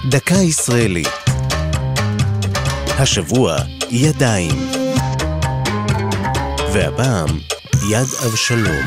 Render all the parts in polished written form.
דקה ישראלית. השבוע ידיים. והפעם יד אבשלום.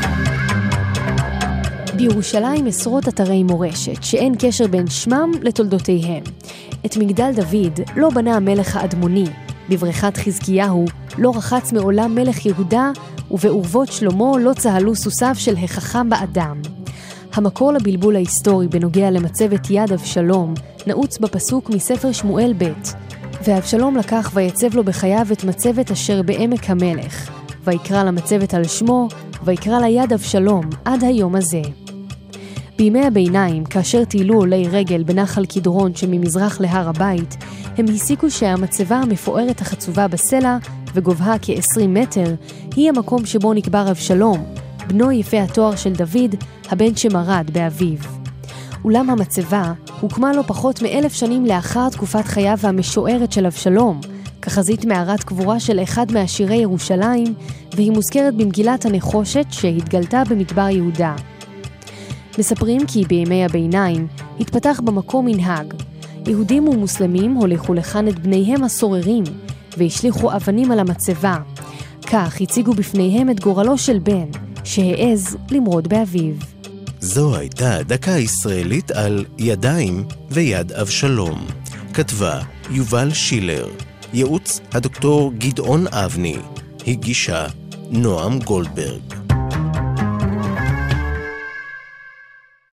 בירושלים עשרות אתרי מורשת שאין קשר בין שמם לתולדותיהם. את מגדל דוד לא בנה המלך האדמוני, בבריכת חזקיהו לא רחץ מעולם מלך יהודה, ובעורבות שלמה לא צהלו סוסיו של החכם באדם. המקור לבלבול ההיסטורי בנוגע למצבת יד אבשלום נעוץ בפסוק מספר שמואל ב', ואבשלום לקח ויצב לו בחייו את מצבת אשר בעמק המלך, ויקרא למצבת על שמו, ויקרא לה יד אבשלום עד היום הזה. בימי הביניים, כאשר טיילו עולי רגל בנחל קדרון שממזרח להר הבית, הם הסיקו שהמצבה המפוארת החצובה בסלע וגובהה כ-20 מטר, היא המקום שבו נקבר אבשלום, בנו יפה התואר של דוד, הבן שמרד באביו. אולם המצבה הוקמה לא פחות מ1,000 שנים לאחר תקופת חייו המשוערת של אבשלום, כחזית מערת קבורה של אחד מעשירי ירושלים, והיא מוזכרת במגילת הנחושת שהתגלתה במדבר יהודה. מספרים כי בימי הביניים התפתח במקום מנהג. יהודים ומוסלמים הוליכו לכאן את בניהם הסוררים, והשליחו אבנים על המצבה. כך הציגו בפניהם את גורלו של בן, שהעז למרוד באביו. זו הייתה דקה ישראלית על ידיים ויד אבשלום. כתבה יובל שילר. ייעוץ הדוקטור גדעון אבני. הגישה נועם גולדברג.